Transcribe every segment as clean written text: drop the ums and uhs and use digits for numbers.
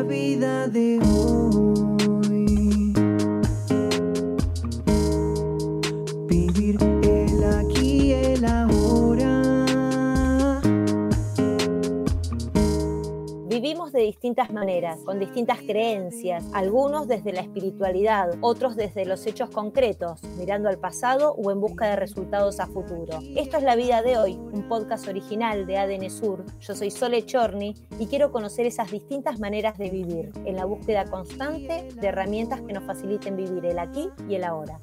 vida de hoy. Vivir el aquí y el ahora. Vivimos de distintas maneras, con distintas creencias, algunos desde la espiritualidad, otros desde los hechos concretos, mirando al pasado o en busca de resultados a futuro. Esto es La Vida de Hoy, un podcast original de ADN Sur. Yo soy Sole Chorny y quiero conocer esas distintas maneras de vivir, en la búsqueda constante de herramientas que nos faciliten vivir el aquí y el ahora.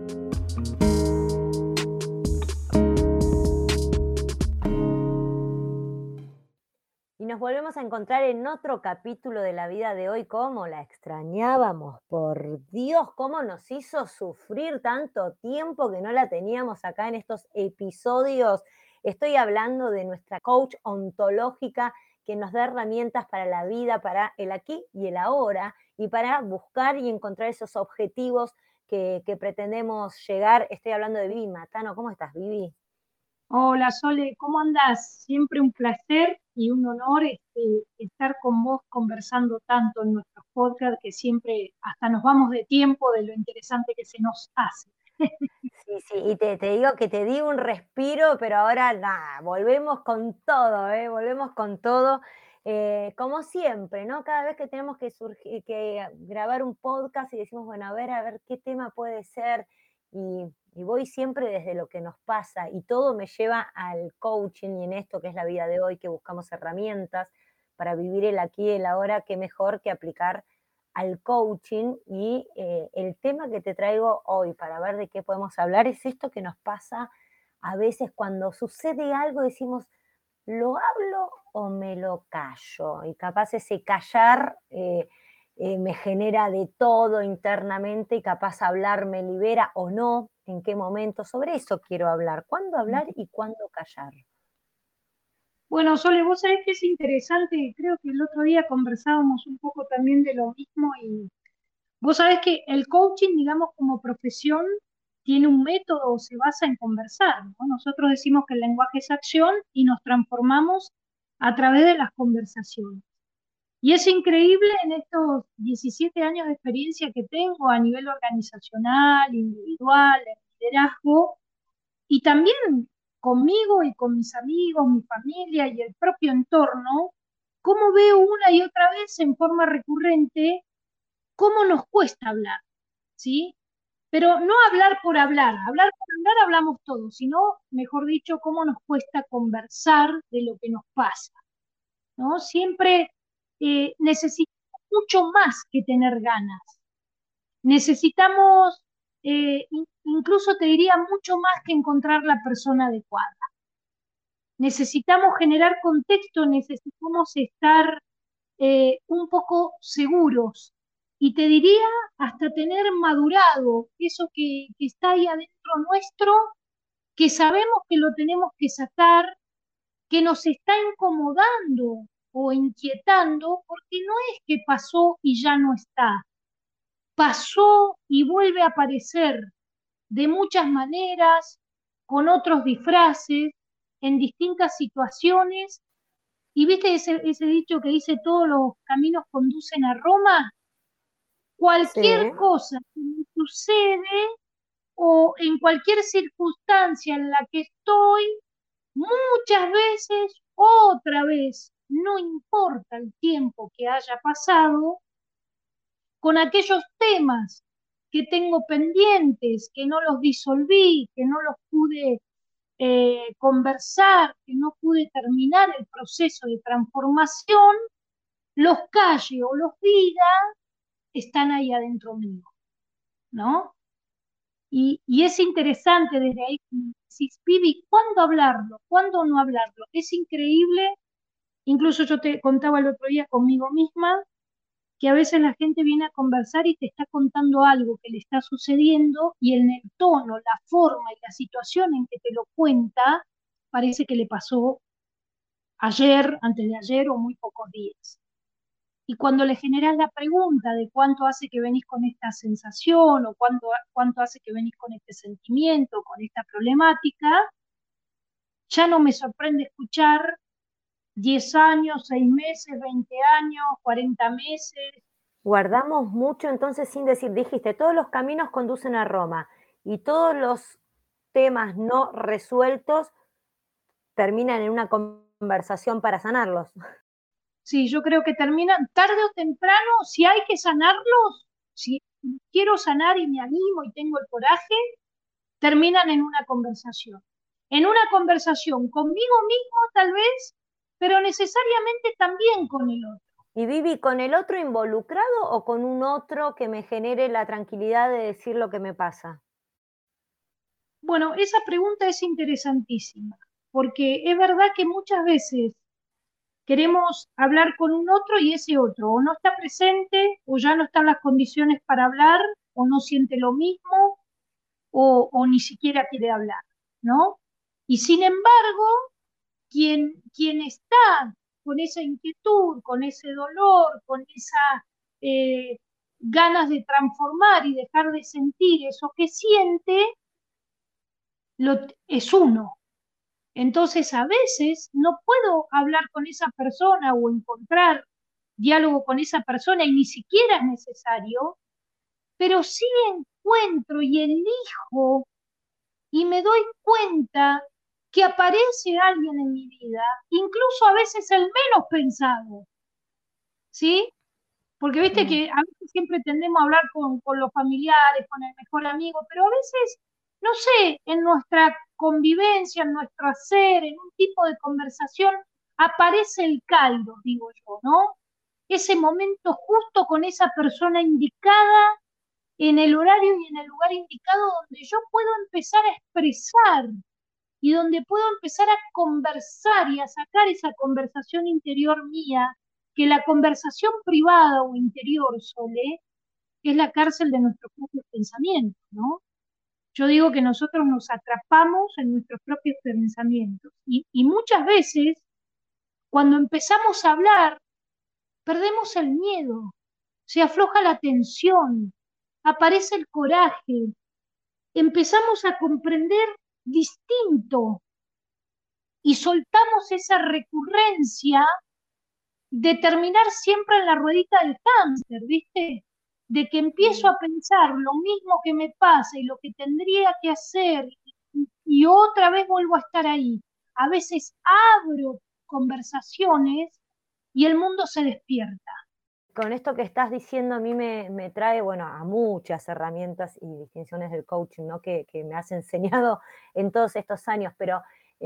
Y nos volvemos a encontrar en otro capítulo de La Vida de Hoy. ¿Cómo la extrañábamos? Por Dios, cómo nos hizo sufrir tanto tiempo que no la teníamos acá en estos episodios. Estoy hablando de nuestra coach ontológica que nos da herramientas para la vida, para el aquí y el ahora, y para buscar y encontrar esos objetivos que pretendemos llegar. Estoy hablando de Vivi Matano. ¿Cómo estás, Vivi? Hola Sole, ¿cómo andás? Siempre un placer y un honor estar con vos conversando tanto en nuestros podcasts que siempre hasta nos vamos de tiempo de lo interesante que se nos hace. Sí, y te digo que te di un respiro, pero ahora nada, volvemos con todo, volvemos con todo. Como siempre, ¿no? Cada vez que tenemos que grabar un podcast y decimos, bueno, a ver qué tema puede ser, y voy siempre desde lo que nos pasa, y todo me lleva al coaching y en esto que es la vida de hoy, que buscamos herramientas para vivir el aquí y el ahora, qué mejor que aplicar al coaching. Y el tema que te traigo hoy para ver de qué podemos hablar es esto que nos pasa a veces cuando sucede algo, decimos, ¿lo hablo o me lo callo? Y capaz ese callar me genera de todo internamente, y capaz hablar me libera o no, en qué momento. Sobre eso quiero hablar, ¿cuándo hablar y cuándo callar? Bueno, Sole, vos sabés que es interesante, creo que el otro día conversábamos un poco también de lo mismo y vos sabés que el coaching, digamos, como profesión, tiene un método, se basa en conversar, ¿no? Nosotros decimos que el lenguaje es acción y nos transformamos a través de las conversaciones. Y es increíble en estos 17 años de experiencia que tengo a nivel organizacional, individual, en liderazgo, y también conmigo y con mis amigos, mi familia y el propio entorno, cómo veo una y otra vez en forma recurrente cómo nos cuesta hablar, ¿sí? Pero no hablar por hablar hablamos todos, sino, mejor dicho, cómo nos cuesta conversar de lo que nos pasa, ¿no? Siempre necesitamos mucho más que tener ganas. Necesitamos, incluso te diría, mucho más que encontrar la persona adecuada. Necesitamos generar contexto, necesitamos estar un poco seguros y te diría hasta tener madurado eso que está ahí adentro nuestro, que sabemos que lo tenemos que sacar, que nos está incomodando o inquietando, porque no es que pasó y ya no está, pasó y vuelve a aparecer de muchas maneras, con otros disfraces, en distintas situaciones. Y viste ese dicho que dice todos los caminos conducen a Roma, cualquier Sí. cosa que me sucede o en cualquier circunstancia en la que estoy, muchas veces, otra vez, no importa el tiempo que haya pasado, con aquellos temas que tengo pendientes, que no los disolví, que no los pude conversar, que no pude terminar el proceso de transformación, los calle o los diga, están ahí adentro mío, ¿no? Y es interesante desde ahí, como decís, Vivi, ¿cuándo hablarlo? ¿Cuándo no hablarlo? Es increíble, incluso yo te contaba el otro día conmigo misma, que a veces la gente viene a conversar y te está contando algo que le está sucediendo y en el tono, la forma y la situación en que te lo cuenta, parece que le pasó ayer, antes de ayer o muy pocos días. Y cuando le generas la pregunta de cuánto hace que venís con esta sensación o cuánto hace que venís con este sentimiento, con esta problemática, ya no me sorprende escuchar 10 años, 6 meses, 20 años, 40 meses. Guardamos mucho, entonces sin decir, dijiste, todos los caminos conducen a Roma y todos los temas no resueltos terminan en una conversación para sanarlos. Sí, yo creo que terminan tarde o temprano, si hay que sanarlos, si quiero sanar y me animo y tengo el coraje, terminan en una conversación. En una conversación conmigo mismo tal vez, pero necesariamente también con el otro. ¿Y Vivi, con el otro involucrado o con un otro que me genere la tranquilidad de decir lo que me pasa? Bueno, esa pregunta es interesantísima, porque es verdad que muchas veces queremos hablar con un otro y ese otro o no está presente o ya no están las condiciones para hablar o no siente lo mismo o ni siquiera quiere hablar, ¿no? Y sin embargo, quien está con esa inquietud, con ese dolor, con esa ganas de transformar y dejar de sentir eso que siente, es uno. Entonces, a veces no puedo hablar con esa persona o encontrar diálogo con esa persona y ni siquiera es necesario, pero sí encuentro y elijo y me doy cuenta que aparece alguien en mi vida, incluso a veces el menos pensado, ¿sí? Porque viste Mm. que a veces siempre tendemos a hablar con los familiares, con el mejor amigo, pero a veces, no sé, en nuestra convivencia, en nuestro hacer, en un tipo de conversación, aparece el caldo, digo yo, ¿no? Ese momento justo con esa persona indicada, en el horario y en el lugar indicado, donde yo puedo empezar a expresar y donde puedo empezar a conversar y a sacar esa conversación interior mía, que la conversación privada o interior, Sole, es la cárcel de nuestros propios pensamientos, ¿no? Yo digo que nosotros nos atrapamos en nuestros propios pensamientos y muchas veces cuando empezamos a hablar perdemos el miedo, se afloja la tensión, aparece el coraje, empezamos a comprender distinto y soltamos esa recurrencia de terminar siempre en la ruedita del cáncer, ¿viste? De que empiezo Mm. a pensar lo mismo que me pasa y lo que tendría que hacer y otra vez vuelvo a estar ahí. A veces abro conversaciones y el mundo se despierta. Con esto que estás diciendo a mí me trae, bueno, a muchas herramientas y distinciones del coaching, ¿no? Que me has enseñado en todos estos años, pero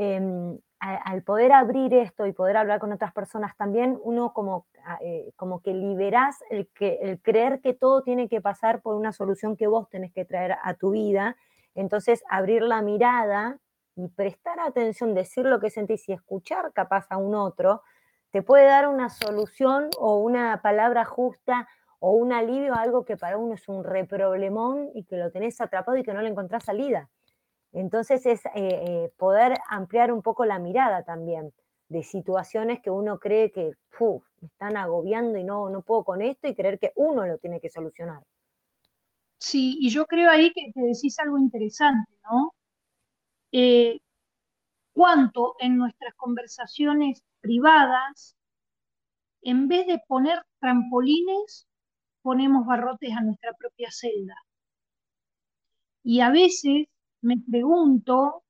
al poder abrir esto y poder hablar con otras personas también, uno como que liberás el creer que todo tiene que pasar por una solución que vos tenés que traer a tu vida, entonces abrir la mirada y prestar atención, decir lo que sentís y escuchar capaz a un otro, te puede dar una solución o una palabra justa o un alivio a algo que para uno es un reproblemón y que lo tenés atrapado y que no le encontrás salida. Entonces es poder ampliar un poco la mirada también de situaciones que uno cree que me están agobiando y no puedo con esto y creer que uno lo tiene que solucionar. Sí, y yo creo ahí que decís algo interesante, ¿no? Eh, cuánto en nuestras conversaciones privadas, en vez de poner trampolines, ponemos barrotes a nuestra propia celda. Y a veces me pregunto,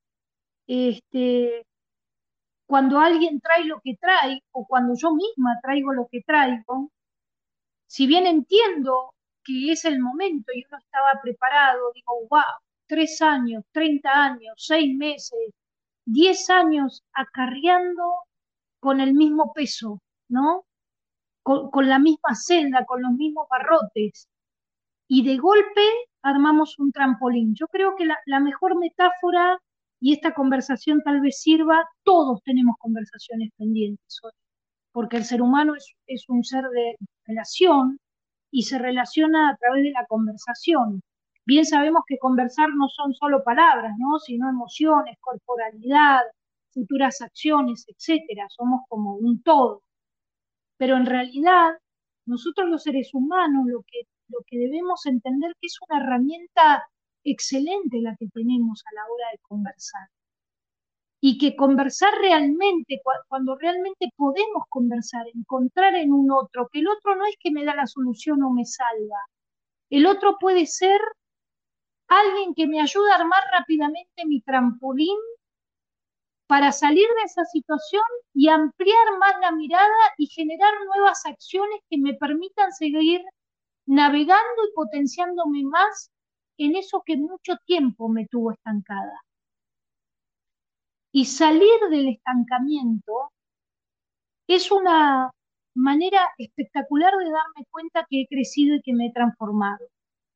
este, cuando alguien trae lo que trae, o cuando yo misma traigo lo que traigo, si bien entiendo que es el momento y uno estaba preparado, digo, wow, 3 años, 30 años, 6 meses, 10 años acarreando con el mismo peso, ¿no? Con la misma celda, con los mismos barrotes, y de golpe armamos un trampolín. Yo creo que la mejor metáfora, y esta conversación tal vez sirva, todos tenemos conversaciones pendientes hoy, porque el ser humano es un ser de relación y se relaciona a través de la conversación. Bien sabemos que conversar no son solo palabras, ¿no? Sino emociones, corporalidad, futuras acciones, etcétera. Somos como un todo. Pero en realidad, nosotros los seres humanos lo que debemos entender que es una herramienta excelente la que tenemos a la hora de conversar. y que conversar realmente, cuando realmente podemos conversar, encontrar en un otro, que el otro no es que me da la solución o me salva, el otro puede ser alguien que me ayuda a armar rápidamente mi trampolín para salir de esa situación y ampliar más la mirada y generar nuevas acciones que me permitan seguir navegando y potenciándome más en eso que mucho tiempo me tuvo estancada. Y salir del estancamiento es una manera espectacular de darme cuenta que he crecido y que me he transformado.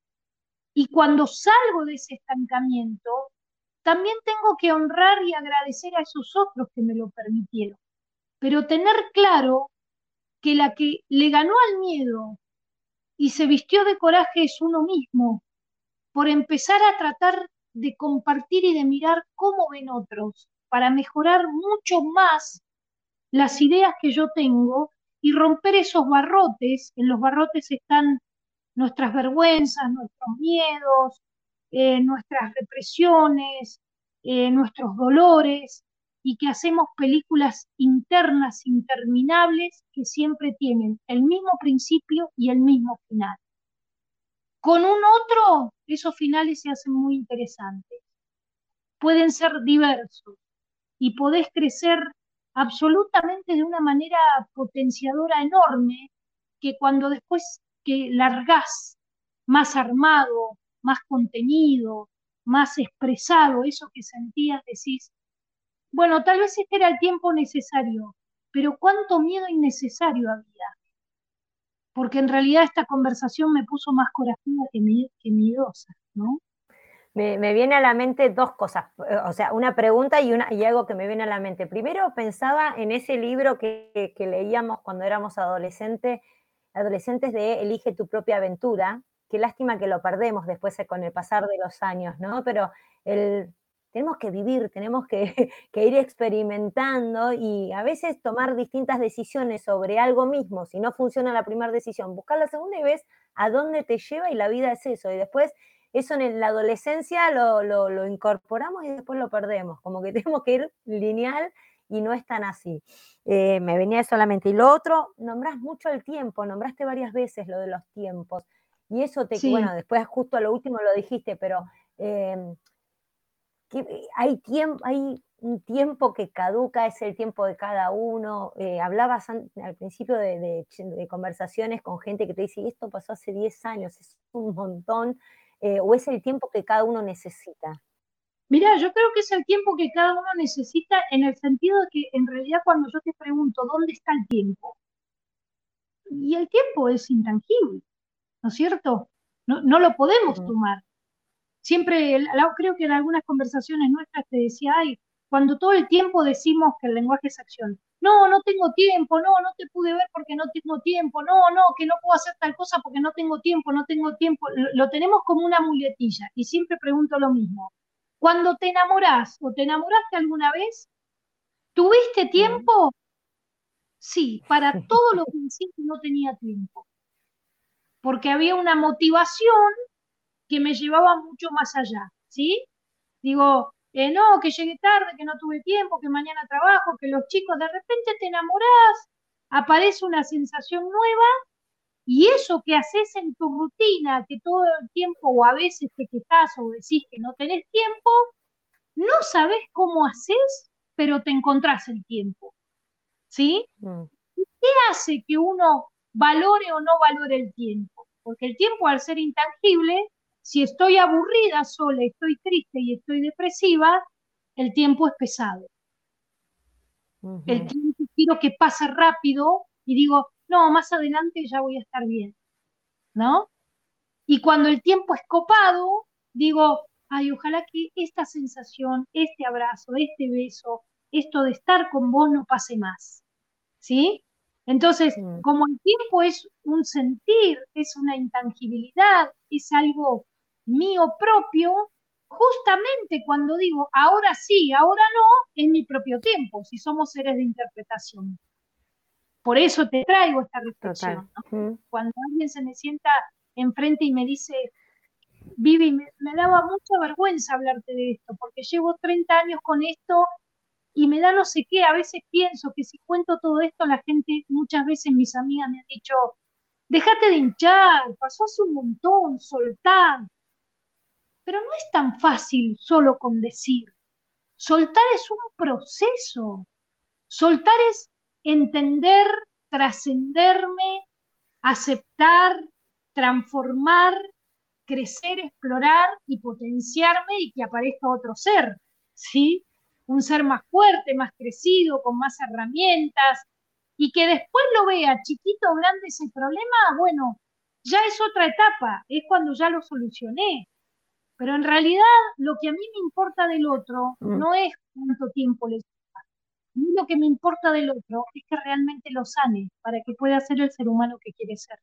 Y cuando salgo de ese estancamiento, también tengo que honrar y agradecer a esos otros que me lo permitieron. Pero tener claro que la que le ganó al miedo y se vistió de coraje es uno mismo, por empezar a tratar de compartir y de mirar cómo ven otros, para mejorar mucho más las ideas que yo tengo y romper esos barrotes. En los barrotes están nuestras vergüenzas, nuestros miedos, nuestras represiones, nuestros dolores, y que hacemos películas internas interminables que siempre tienen el mismo principio y el mismo final. Con un otro, esos finales se hacen muy interesantes. Pueden ser diversos y podés crecer absolutamente de una manera potenciadora enorme, que cuando después que largás más armado, más contenido, más expresado eso que sentías, decís, bueno, tal vez este era el tiempo necesario, pero cuánto miedo innecesario había, porque en realidad esta conversación me puso más corajuda que miedosa, ¿no? Me viene a la mente dos cosas, o sea, una pregunta y algo que me viene a la mente. Primero pensaba en ese libro que leíamos cuando éramos adolescentes de Elige tu propia aventura. Qué lástima que lo perdemos después con el pasar de los años, ¿no? Pero tenemos que vivir, tenemos que ir experimentando y a veces tomar distintas decisiones sobre algo mismo. Si no funciona la primera decisión, buscar la segunda y ves a dónde te lleva, y la vida es eso. Y después eso en la adolescencia lo incorporamos y después lo perdemos, como que tenemos que ir lineal y no es tan así. Me venía solamente. Y lo otro, nombrás mucho el tiempo, nombraste varias veces lo de los tiempos. Y eso Sí. bueno, después justo a lo último lo dijiste, pero hay un tiempo que caduca, es el tiempo de cada uno. Hablabas al principio de conversaciones con gente que te dice, esto pasó hace 10 años, es un montón. ¿O es el tiempo que cada uno necesita? Mirá, yo creo que es el tiempo que cada uno necesita, en el sentido de que en realidad cuando yo te pregunto dónde está el tiempo, y el tiempo es intangible, ¿no es cierto? No lo podemos tomar. Siempre, creo que en algunas conversaciones nuestras te decía, ay, cuando todo el tiempo decimos que el lenguaje es acción, no tengo tiempo, no te pude ver porque no tengo tiempo, que no puedo hacer tal cosa porque no tengo tiempo, lo tenemos como una muletilla, y siempre pregunto lo mismo. Cuando te enamorás o te enamoraste alguna vez, ¿tuviste tiempo? Sí, para todo lo que hiciste no tenía tiempo, porque había una motivación que me llevaba mucho más allá, ¿sí? Digo, no, que llegué tarde, que no tuve tiempo, que mañana trabajo, que los chicos, de repente te enamorás, aparece una sensación nueva, y eso que haces en tu rutina, que todo el tiempo o a veces te quejas o decís que no tenés tiempo, no sabés cómo haces, pero te encontrás el tiempo, ¿sí? ¿Qué hace que uno valore o no valore el tiempo? Porque el tiempo, al ser intangible, si estoy aburrida sola, estoy triste y estoy depresiva, el tiempo es pesado. El tiempo quiero que pase rápido y digo, no, más adelante ya voy a estar bien, ¿no? Y cuando el tiempo es copado, digo, ay, ojalá que esta sensación, este abrazo, este beso, esto de estar con vos no pase más, ¿sí? Entonces, como el tiempo es un sentir, es una intangibilidad, es algo mío propio, justamente cuando digo ahora sí, ahora no, es mi propio tiempo, si somos seres de interpretación. Por eso te traigo esta reflexión, ¿no? Cuando alguien se me sienta enfrente y me dice, Vivi, me daba mucha vergüenza hablarte de esto, porque llevo 30 años con esto y me da no sé qué. A veces pienso que si cuento todo esto, la gente, muchas veces mis amigas me han dicho, déjate de hinchar, pasó hace un montón, soltá. Pero no es tan fácil solo con decir. Soltar es un proceso. Soltar es entender, trascenderme, aceptar, transformar, crecer, explorar y potenciarme y que aparezca otro ser, ¿sí? Un ser más fuerte, más crecido, con más herramientas y que después lo vea chiquito o grande ese problema, bueno, ya es otra etapa, es cuando ya lo solucioné. Pero en realidad lo que a mí me importa del otro Mm. no es cuánto tiempo le lleva. A mí lo que me importa del otro es que realmente lo sane para que pueda ser el ser humano que quiere ser.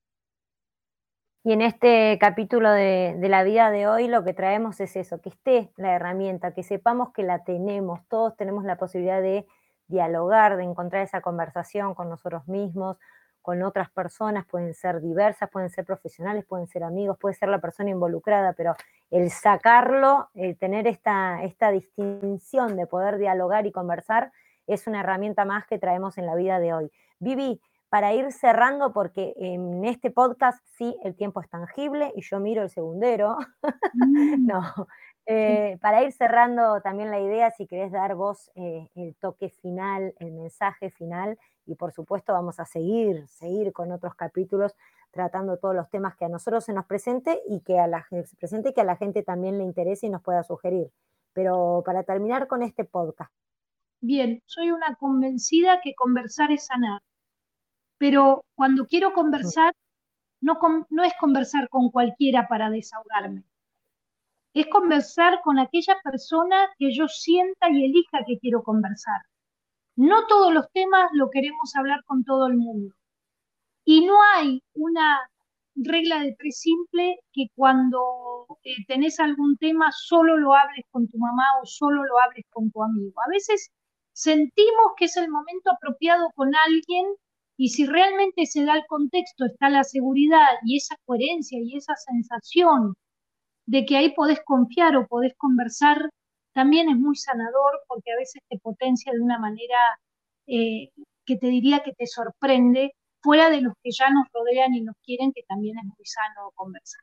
Y en este capítulo de la vida de hoy lo que traemos es eso, que esté la herramienta, que sepamos que la tenemos, todos tenemos la posibilidad de dialogar, de encontrar esa conversación con nosotros mismos, con otras personas, pueden ser diversas, pueden ser profesionales, pueden ser amigos, puede ser la persona involucrada, pero el sacarlo, el tener esta distinción de poder dialogar y conversar, es una herramienta más que traemos en la vida de hoy. Vivi, para ir cerrando, porque en este podcast sí el tiempo es tangible y yo miro el segundero. No, para ir cerrando también la idea, si querés dar vos el toque final, el mensaje final, y por supuesto vamos a seguir con otros capítulos tratando todos los temas que a nosotros se nos presente y que a la gente también le interese y nos pueda sugerir. Pero para terminar con este podcast. Bien, soy una convencida que conversar es sanar, pero cuando quiero conversar, no es conversar con cualquiera para desahogarme, es conversar con aquella persona que yo sienta y elija que quiero conversar. No todos los temas lo queremos hablar con todo el mundo. Y no hay una regla de tres simple que cuando tenés algún tema solo lo hables con tu mamá o solo lo hables con tu amigo. A veces sentimos que es el momento apropiado con alguien y si realmente se da el contexto, está la seguridad y esa coherencia y esa sensación de que ahí podés confiar o podés conversar, también es muy sanador porque a veces te potencia de una manera eh, que te diría que te sorprende, fuera de los que ya nos rodean y nos quieren, que también es muy sano conversar.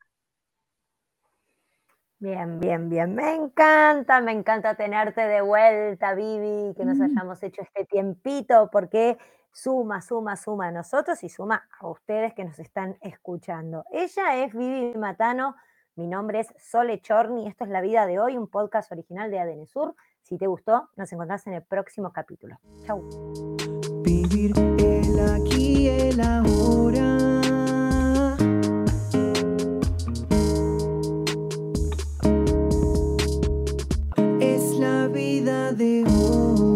Bien. Me encanta tenerte de vuelta, Vivi, que nos hayamos hecho este tiempito, porque suma a nosotros y suma a ustedes que nos están escuchando. Ella es Vivi Matano, mi nombre es Sole Chorni, esto es La Vida de Hoy, un podcast original de ADN Sur. Si te gustó, nos encontrás en el próximo capítulo. Chau. Vivir el aquí y el ahora. Es la vida de hoy.